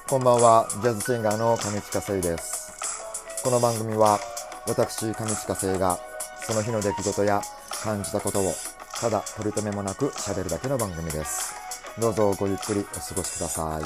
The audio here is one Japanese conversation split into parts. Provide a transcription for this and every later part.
こんばんは、ジャズシンガーの上地下生です。この番組は私上地下生がその日の出来事や感じたことをただ取り留めもなく喋るだけの番組です。どうぞごゆっくりお過ごしください。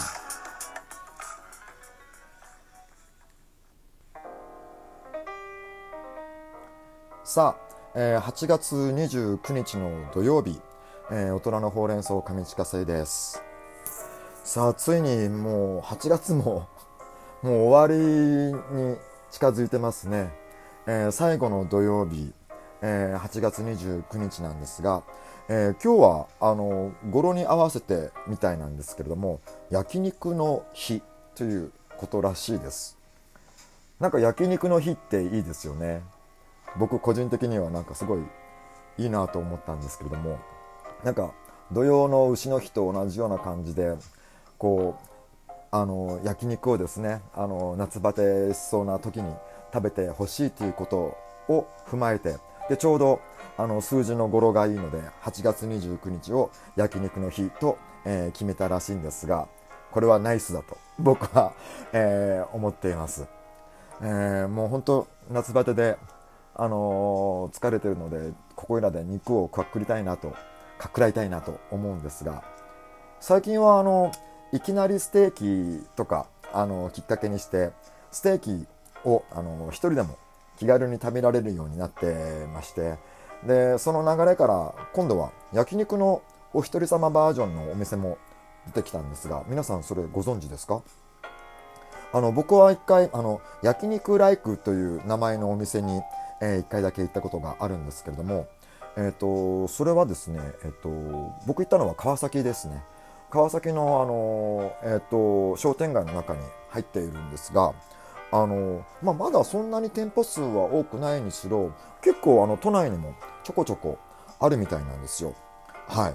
さあ、8月29日の土曜日、大人のほうれん草上地下生です。さあ、ついにもう8月ももう終わりに近づいてますね。最後の土曜日、8月29日なんですが、今日は語呂に合わせてみたいなんですけれども、焼肉の日ということらしいです。なんか焼肉の日っていいですよね。僕個人的にはなんかすごいいいなと思ったんですけれども、なんか土曜の丑の日と同じような感じでこう焼肉をですね、夏バテしそうな時に食べてほしいということを踏まえて、でちょうど数字の語呂がいいので8月29日を焼肉の日と、決めたらしいんですが、これはナイスだと僕は、思っています。もう本当夏バテで、疲れてるので、ここいらで肉をかっくらいたいなと思うんですが、最近はいきなりステーキとかきっかけにしてステーキを一人でも気軽に食べられるようになってまして、でその流れから今度は焼肉のお一人様バージョンのお店も出てきたんですが、皆さんそれご存知ですか？僕は一回焼肉ライクという名前のお店に、一回だけ行ったことがあるんですけれども、それはですね、僕行ったのは川崎ですね。川崎の、商店街の中に入っているんですが、まだそんなに店舗数は多くないにしろ、結構都内にもちょこちょこあるみたいなんですよ。はい。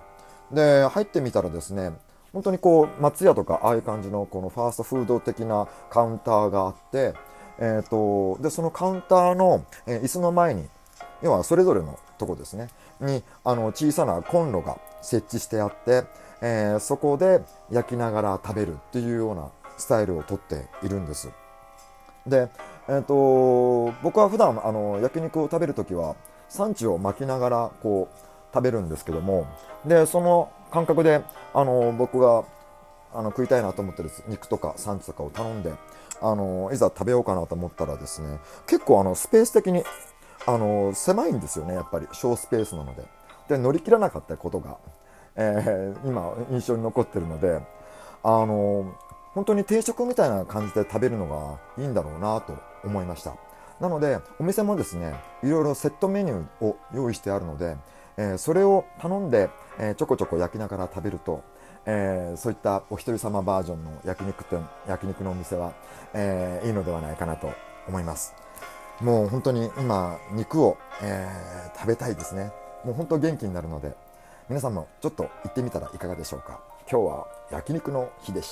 で入ってみたらですね、本当にこう松屋とかああいう感じのこのファーストフード的なカウンターがあって、でそのカウンターの、椅子の前に、要はそれぞれのとこですねに小さなコンロが設置してあって、そこで焼きながら食べるっていうようなスタイルをとっているんです。で、僕は普段焼肉を食べるときはサンチュを巻きながらこう食べるんですけども、でその感覚で僕が食いたいなと思ってる肉とかサンチュとかを頼んでいざ食べようかなと思ったらですね、結構スペース的に狭いんですよね。やっぱり小スペースなので乗り切らなかったことが、今印象に残ってるので、本当に定食みたいな感じで食べるのがいいんだろうなと思いました。なのでお店もですね、いろいろセットメニューを用意してあるので、それを頼んで、ちょこちょこ焼きながら食べると、そういったお一人様バージョンの焼肉のお店は、いいのではないかなと思います。もう本当に今肉を、食べたいですね。もう本当元気になるので、皆さんもちょっと行ってみたらいかがでしょうか。今日は焼肉の日でした。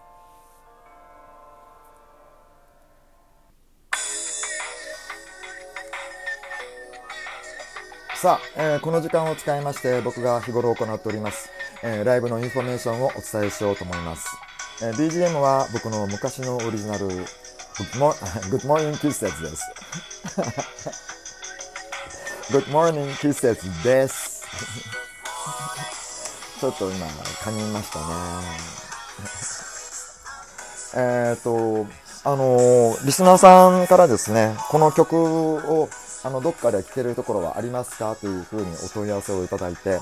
さあ、この時間を使いまして僕が日頃行っております、ライブのインフォメーションをお伝えしようと思います。BGM は僕の昔のオリジナル Good Morning Kisses です。Good Morning Kisses です。ちょっと今噛みましたね。リスナーさんからですね、この曲をどっかで聴けるところはありますかというふうにお問い合わせをいただいて、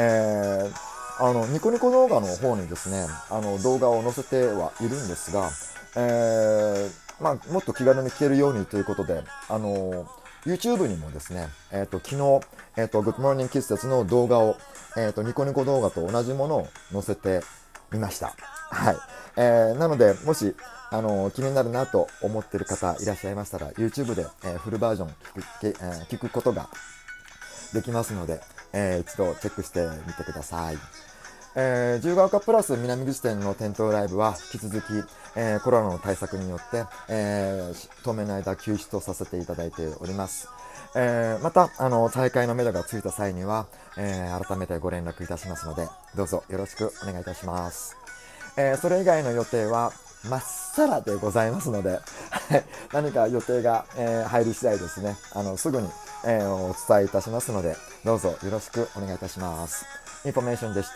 ニコニコ動画の方にですね動画を載せてはいるんですが、もっと気軽に聴けるようにということでYouTube にもですね、昨日、Good Morning Kisses の動画を、ニコニコ動画と同じものを載せてみました。はい。なのでもし気になるなと思っている方いらっしゃいましたら YouTube で、フルバージョン聞くことができますので、一度チェックしてみてください。自由が丘プラス南口店の店頭ライブは引き続き、コロナの対策によって、当面の間休止とさせていただいております。また再開の目処がついた際には、改めてご連絡いたしますのでどうぞよろしくお願いいたします。それ以外の予定はまっさらでございますので、何か予定が、入り次第ですね、すぐに、お伝えいたしますので、どうぞよろしくお願いいたします。インフォメーションでした。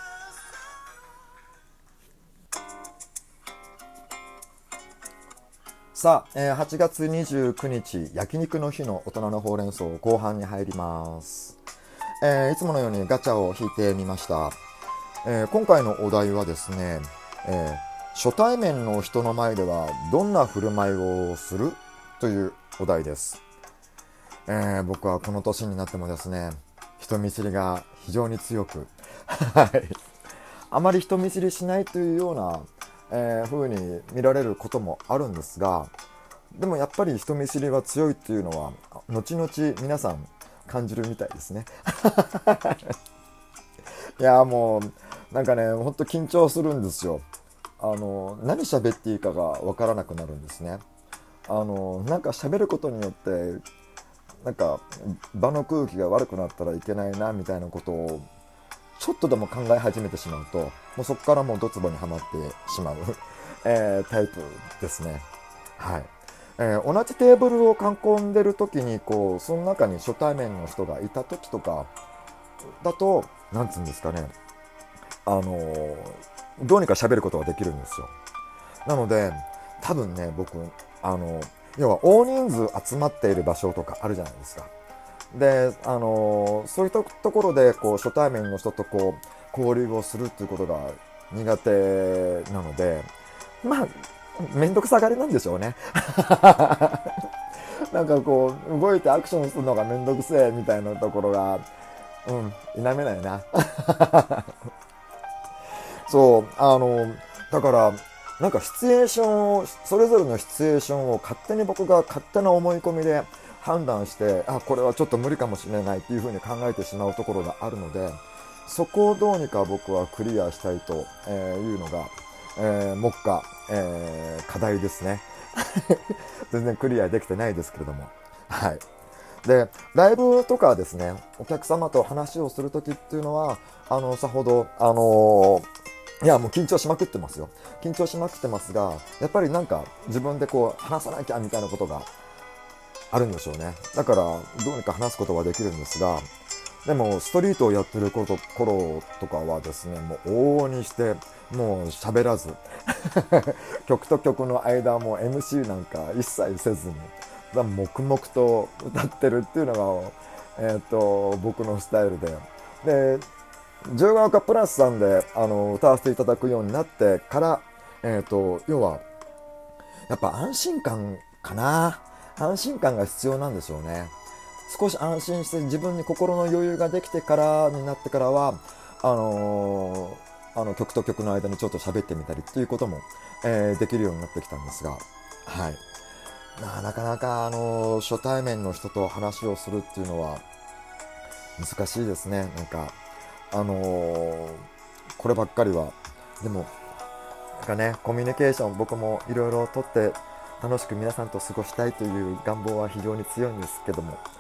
さあ、8月29日、焼肉の日の大人のほうれん草後半に入ります。いつものようにガチャを引いてみました。今回のお題はですね、初対面の人の前ではどんな振る舞いをするというお題です。僕はこの年になってもですね、人見知りが非常に強くはい、あまり人見知りしないというような風に見られることもあるんですが、でもやっぱり人見知りは強いっていうのは後々皆さん感じるみたいですね。いやもうなんかね、ほんと緊張するんですよ。何喋っていいかがわからなくなるんですね。なんか喋ることによってなんか場の空気が悪くなったらいけないなみたいなことをちょっとでも考え始めてしまうと、もうそこからもうドツボにはまってしまう、タイプですね。はい。同じテーブルを囲んでる時にその中に初対面の人がいた時とかだと、なんつうんですかね、どうにか喋ることができるんですよ。なので多分ね、僕要は大人数集まっている場所とかあるじゃないですか。で、そういったところで初対面の人と交流をするっていうことが苦手なので、まあめんどくさがりなんでしょうね。なんか動いてアクションするのがめんどくせえみたいなところが否めないな。そうだからなんかシチュエーションをそれぞれのシチュエーションを勝手に僕が勝手な思い込みで判断して、これはちょっと無理かもしれないっていうふうに考えてしまうところがあるので、そこをどうにか僕はクリアしたいというのが、目下、課題ですね。全然クリアできてないですけれども、はい。で、ライブとかですね、お客様と話をするときっていうのはさほどいやもう緊張しまくってますよ。緊張しまくってますが、やっぱりなんか自分で話さなきゃみたいなことがあるんでしょうね。だからどうにか話すことはできるんですが、でもストリートをやってる頃とかはですね、もう往々にしてもう喋らず曲と曲の間も MC なんか一切せずに黙々と歌ってるっていうのが、僕のスタイルで、自由が丘プラスさんで歌わせていただくようになってから、要はやっぱ安心感かな。安心感が必要なんでしょうね。少し安心して自分に心の余裕ができてからになってからは曲と曲の間にちょっと喋ってみたりっていうことも、できるようになってきたんですが、はい。なかなか初対面の人と話をするっていうのは難しいですね。なんかこればっかりはでもなんかね、コミュニケーション僕もいろいろとって楽しく皆さんと過ごしたいという願望は非常に強いんですけども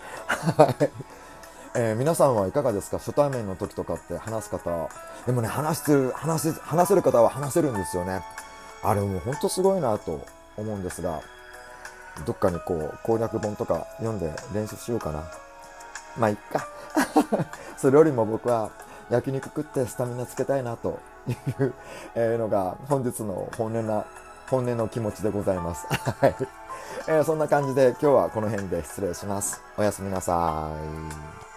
皆さんはいかがですか？初対面の時とかって話す方、でもね、話せる方は話せるんですよね。あれもうほんとすごいなと思うんですが、どっかに攻略本とか読んで練習しようかな。まあいっかそれよりも僕は焼肉食ってスタミナつけたいなというのが本日の本音の気持ちでございます。はい、そんな感じで今日はこの辺で失礼します。おやすみなさい。